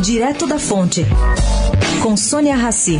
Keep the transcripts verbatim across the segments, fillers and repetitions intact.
Direto da Fonte, com Sônia Rassi.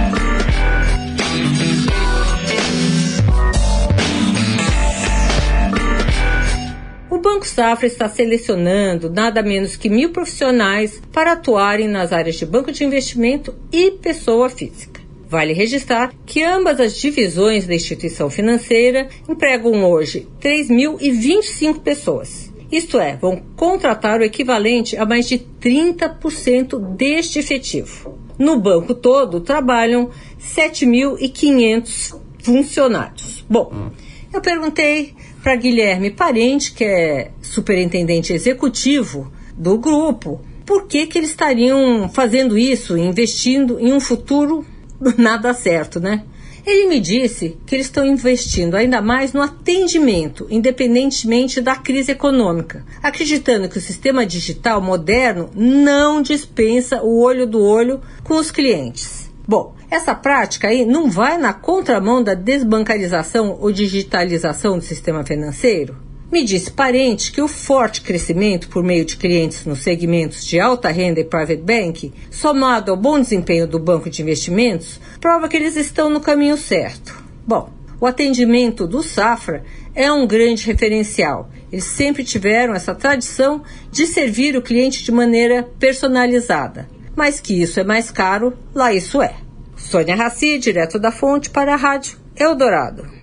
O Banco Safra está selecionando nada menos que mil profissionais para atuarem nas áreas de banco de investimento e pessoa física. Vale registrar que ambas as divisões da instituição financeira empregam hoje três mil e vinte e cinco pessoas. Isto é, vão contratar o equivalente a mais de trinta por cento deste efetivo. No banco todo, trabalham sete mil e quinhentos funcionários. Bom, eu perguntei para Guilherme Parente, que é superintendente executivo do grupo, por que que eles estariam fazendo isso, investindo em um futuro nada certo, né? Ele me disse que eles estão investindo ainda mais no atendimento, independentemente da crise econômica, acreditando que o sistema digital moderno não dispensa o olho do olho com os clientes. Bom, essa prática aí não vai na contramão da desbancarização ou digitalização do sistema financeiro? Me disse Parente que o forte crescimento por meio de clientes nos segmentos de alta renda e private banking, somado ao bom desempenho do banco de investimentos, prova que eles estão no caminho certo. Bom, o atendimento do Safra é um grande referencial. Eles sempre tiveram essa tradição de servir o cliente de maneira personalizada. Mas que isso é mais caro, lá isso é. Sônia Rassi, direto da Fonte para a Rádio Eldorado.